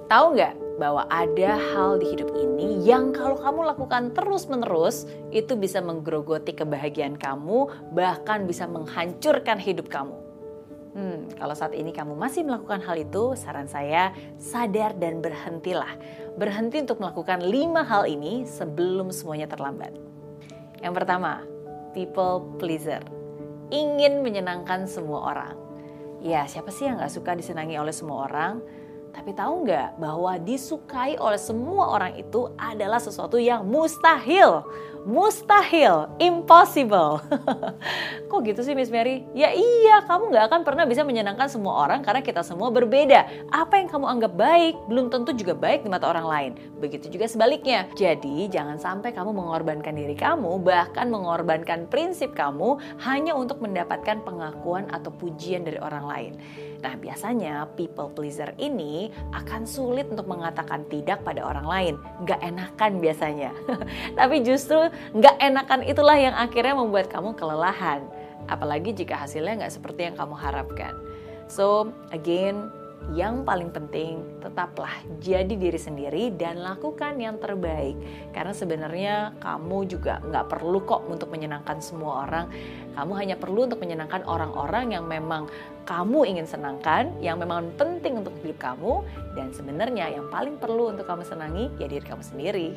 Tahu nggak bahwa ada hal di hidup ini yang kalau kamu lakukan terus-menerus itu bisa menggerogoti kebahagiaan kamu, bahkan bisa menghancurkan hidup kamu. Kalau saat ini kamu masih melakukan hal itu, saran saya sadar dan berhentilah. Berhenti untuk melakukan 5 hal ini sebelum semuanya terlambat. Yang pertama, people pleaser. Ingin menyenangkan semua orang. Ya, siapa sih yang gak suka disenangi oleh semua orang? Tapi tahu nggak bahwa disukai oleh semua orang itu adalah sesuatu yang mustahil. Mustahil, impossible. Kok gitu sih Miss Mary? Ya iya, kamu nggak akan pernah bisa menyenangkan semua orang karena kita semua berbeda. Apa yang kamu anggap baik belum tentu juga baik di mata orang lain. Begitu juga sebaliknya. Jadi jangan sampai kamu mengorbankan diri kamu, bahkan mengorbankan prinsip kamu hanya untuk mendapatkan pengakuan atau pujian dari orang lain. Nah biasanya people pleaser ini akan sulit untuk mengatakan tidak pada orang lain. Nggak enakan biasanya. Tapi justru nggak enakan itulah yang akhirnya membuat kamu kelelahan. Apalagi jika hasilnya nggak seperti yang kamu harapkan. So again, yang paling penting tetaplah jadi diri sendiri dan lakukan yang terbaik. Karena sebenarnya kamu juga nggak perlu kok untuk menyenangkan semua orang. Kamu hanya perlu untuk menyenangkan orang-orang yang memang kamu ingin senangkan, yang memang penting untuk hidup kamu. Dan sebenarnya yang paling perlu untuk kamu senangi ya diri kamu sendiri.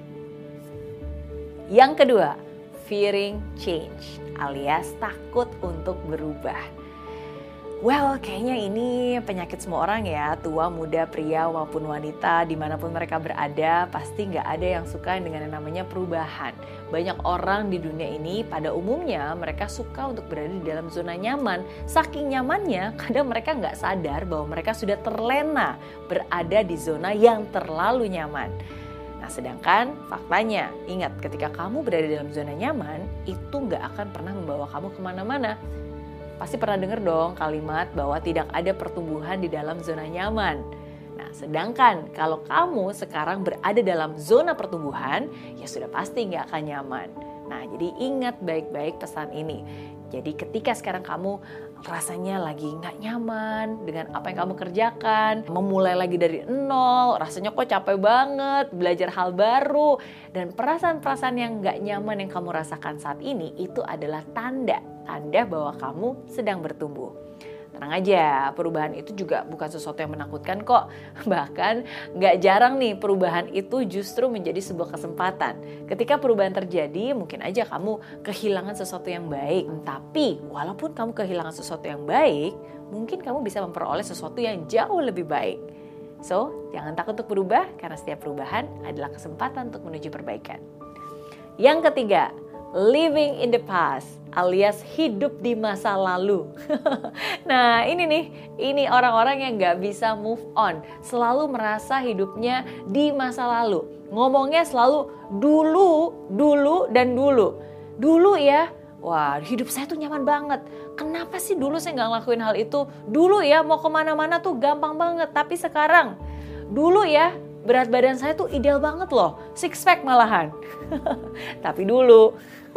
Yang kedua, fearing change alias takut untuk berubah. Well, kayaknya ini penyakit semua orang ya, tua, muda, pria maupun wanita, dimanapun mereka berada, pasti nggak ada yang suka dengan yang namanya perubahan. Banyak orang di dunia ini pada umumnya mereka suka untuk berada di dalam zona nyaman. Saking nyamannya, kadang mereka nggak sadar bahwa mereka sudah terlena berada di zona yang terlalu nyaman. Nah, sedangkan faktanya, ingat ketika kamu berada dalam zona nyaman, itu nggak akan pernah membawa kamu kemana-mana. Pasti pernah dengar dong kalimat bahwa tidak ada pertumbuhan di dalam zona nyaman. Nah, sedangkan kalau kamu sekarang berada dalam zona pertumbuhan, ya sudah pasti nggak akan nyaman. Nah, jadi ingat baik-baik pesan ini. Jadi ketika sekarang kamu rasanya lagi nggak nyaman dengan apa yang kamu kerjakan, memulai lagi dari nol, rasanya kok capek banget, belajar hal baru, dan perasaan-perasaan yang nggak nyaman yang kamu rasakan saat ini itu adalah tanda bahwa kamu sedang bertumbuh. Tenang aja, perubahan itu juga bukan sesuatu yang menakutkan kok. Bahkan gak jarang nih perubahan itu justru menjadi sebuah kesempatan. Ketika perubahan terjadi, mungkin aja kamu kehilangan sesuatu yang baik. Tapi walaupun kamu kehilangan sesuatu yang baik, mungkin kamu bisa memperoleh sesuatu yang jauh lebih baik. So, jangan takut untuk berubah karena setiap perubahan adalah kesempatan untuk menuju perbaikan. Yang ketiga, living in the past alias hidup di masa lalu. Nah ini orang-orang yang gak bisa move on. Selalu merasa hidupnya di masa lalu. Ngomongnya selalu dulu dan dulu. Dulu ya, wah hidup saya tuh nyaman banget. Kenapa sih dulu saya gak ngelakuin hal itu? Dulu ya mau kemana-mana tuh gampang banget. Tapi sekarang, dulu ya berat badan saya tuh ideal banget loh. 6 pack malahan. Tapi dulu.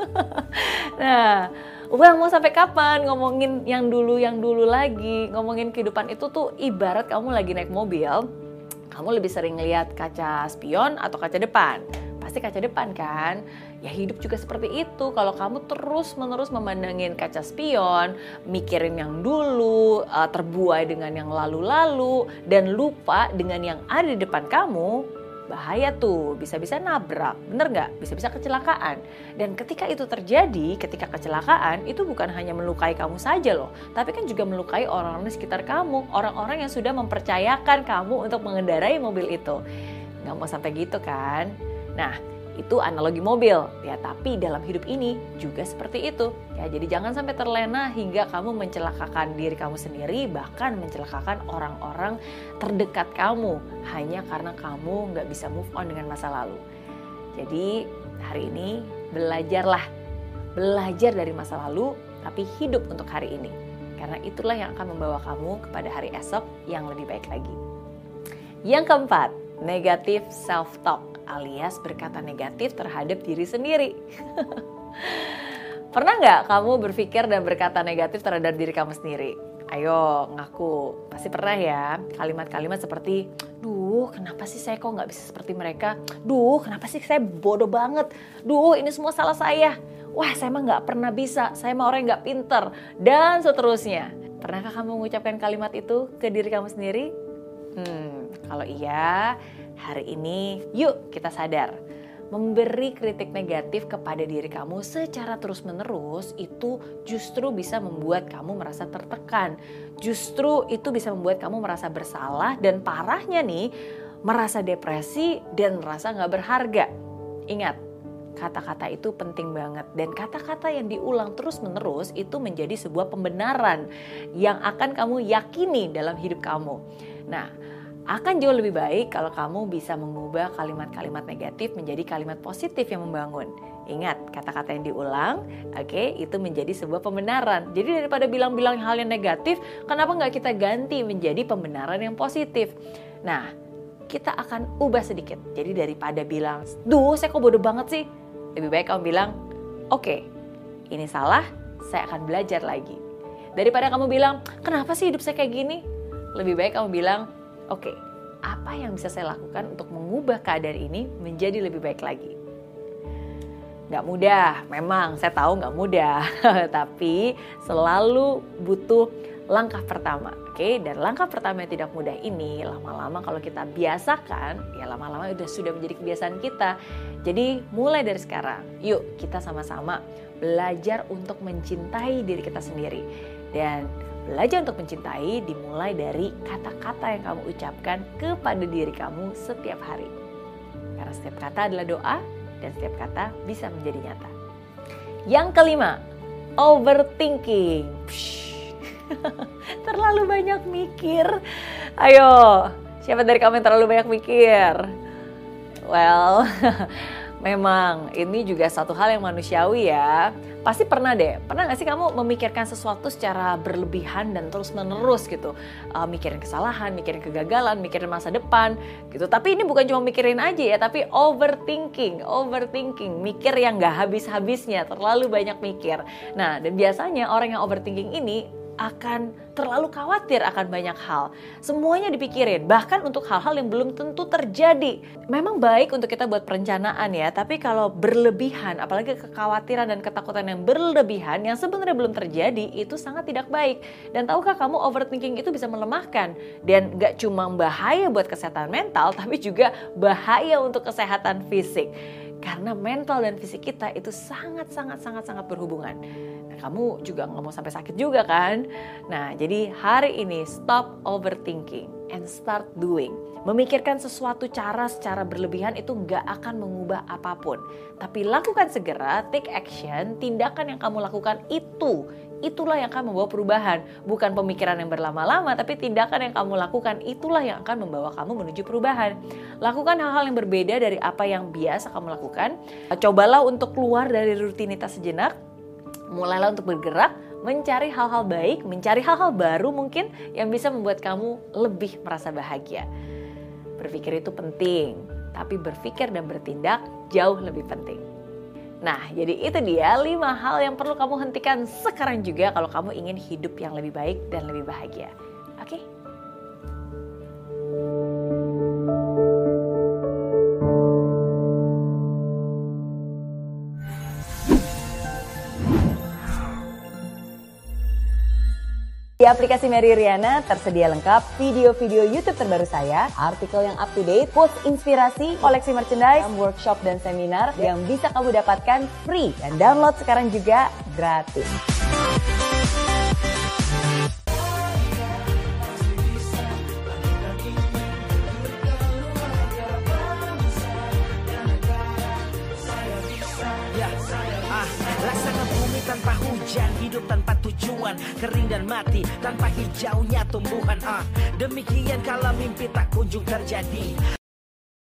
Nah, mau sampai kapan ngomongin yang dulu lagi? Ngomongin kehidupan itu tuh ibarat kamu lagi naik mobil, kamu lebih sering lihat kaca spion atau kaca depan. Pasti kaca depan kan? Ya hidup juga seperti itu. Kalau kamu terus-menerus memandangin kaca spion, mikirin yang dulu, terbuai dengan yang lalu-lalu, dan lupa dengan yang ada di depan kamu, bahaya tuh, bisa-bisa nabrak, bener nggak? Bisa-bisa kecelakaan. Dan ketika itu terjadi, ketika kecelakaan, itu bukan hanya melukai kamu saja loh, tapi kan juga melukai orang-orang di sekitar kamu, orang-orang yang sudah mempercayakan kamu untuk mengendarai mobil itu. Nggak mau sampai gitu kan? Nah, itu analogi mobil ya, tapi dalam hidup ini juga seperti itu ya. Jadi jangan sampai terlena hingga kamu mencelakakan diri kamu sendiri, bahkan mencelakakan orang-orang terdekat kamu hanya karena kamu nggak bisa move on dengan masa lalu. Jadi hari ini belajar dari masa lalu, tapi hidup untuk hari ini, karena itulah yang akan membawa kamu kepada hari esok yang lebih baik lagi. Yang keempat, negative self-talk alias berkata negatif terhadap diri sendiri. Pernah nggak kamu berpikir dan berkata negatif terhadap diri kamu sendiri? Ayo ngaku, pasti pernah ya kalimat-kalimat seperti, duh kenapa sih saya kok nggak bisa seperti mereka, duh kenapa sih saya bodoh banget, duh ini semua salah saya, wah saya mah nggak pernah bisa, saya mah orang nggak pinter, dan seterusnya. Pernahkah kamu mengucapkan kalimat itu ke diri kamu sendiri? Kalau iya, hari ini yuk kita sadar. Memberi kritik negatif kepada diri kamu secara terus-menerus itu justru bisa membuat kamu merasa tertekan. Justru itu bisa membuat kamu merasa bersalah dan parahnya nih, merasa depresi dan merasa gak berharga. Ingat, kata-kata itu penting banget dan kata-kata yang diulang terus-menerus itu menjadi sebuah pembenaran yang akan kamu yakini dalam hidup kamu. Nah, akan jauh lebih baik kalau kamu bisa mengubah kalimat-kalimat negatif menjadi kalimat positif yang membangun. Ingat, kata-kata yang diulang, itu menjadi sebuah pembenaran. Jadi daripada bilang-bilang hal yang negatif, kenapa nggak kita ganti menjadi pembenaran yang positif? Nah, kita akan ubah sedikit. Jadi daripada bilang, duh saya kok bodoh banget sih. Lebih baik kamu bilang, oke, ini salah, saya akan belajar lagi. Daripada kamu bilang, kenapa sih hidup saya kayak gini? Lebih baik kamu bilang, oke, apa yang bisa saya lakukan untuk mengubah keadaan ini menjadi lebih baik lagi? Gak mudah, memang saya tahu gak mudah, tapi selalu butuh langkah pertama. Dan langkah pertama yang tidak mudah ini lama-lama kalau kita biasakan, ya lama-lama sudah menjadi kebiasaan kita. Jadi mulai dari sekarang, yuk kita sama-sama belajar untuk mencintai diri kita sendiri. Dan belajar untuk mencintai dimulai dari kata-kata yang kamu ucapkan kepada diri kamu setiap hari. Karena setiap kata adalah doa dan setiap kata bisa menjadi nyata. Yang kelima, overthinking. Terlalu banyak mikir. Ayo, siapa dari kamu yang terlalu banyak mikir? Well, memang ini juga satu hal yang manusiawi ya. Pasti pernah gak sih kamu memikirkan sesuatu secara berlebihan dan terus menerus gitu. Mikirin kesalahan, mikirin kegagalan, mikirin masa depan gitu. Tapi ini bukan cuma mikirin aja ya, tapi overthinking. Mikir yang gak habis-habisnya, terlalu banyak mikir. Nah, dan biasanya orang yang overthinking ini akan terlalu khawatir akan banyak hal. Semuanya dipikirin, bahkan untuk hal-hal yang belum tentu terjadi. Memang baik untuk kita buat perencanaan ya, tapi kalau berlebihan, apalagi kekhawatiran dan ketakutan yang berlebihan yang sebenarnya belum terjadi, itu sangat tidak baik. Dan tahukah kamu overthinking itu bisa melemahkan dan gak cuma bahaya buat kesehatan mental, tapi juga bahaya untuk kesehatan fisik. Karena mental dan fisik kita itu sangat berhubungan. Nah, kamu juga gak mau sampai sakit juga kan? Nah, jadi hari ini stop overthinking and start doing. Memikirkan sesuatu secara berlebihan itu gak akan mengubah apapun. Tapi lakukan segera, take action, tindakan yang kamu lakukan itulah yang akan membawa perubahan. Bukan pemikiran yang berlama-lama, tapi tindakan yang kamu lakukan itulah yang akan membawa kamu menuju perubahan. Lakukan hal-hal yang berbeda dari apa yang biasa kamu lakukan. Cobalah untuk keluar dari rutinitas sejenak. Mulailah untuk bergerak, mencari hal-hal baik, mencari hal-hal baru mungkin yang bisa membuat kamu lebih merasa bahagia. Berpikir itu penting, tapi berpikir dan bertindak jauh lebih penting. Nah, jadi itu dia 5 hal yang perlu kamu hentikan sekarang juga kalau kamu ingin hidup yang lebih baik dan lebih bahagia. Oke? Di aplikasi Mary Riana tersedia lengkap video-video YouTube terbaru saya, artikel yang up to date, quotes inspirasi, koleksi merchandise, workshop dan seminar yang bisa kamu dapatkan free dan download sekarang juga gratis. Laksana bumi tanpa hujan, hidup tanpa tujuan, kering dan mati tanpa hijaunya tumbuhan. Demikian kalau mimpi tak kunjung terjadi.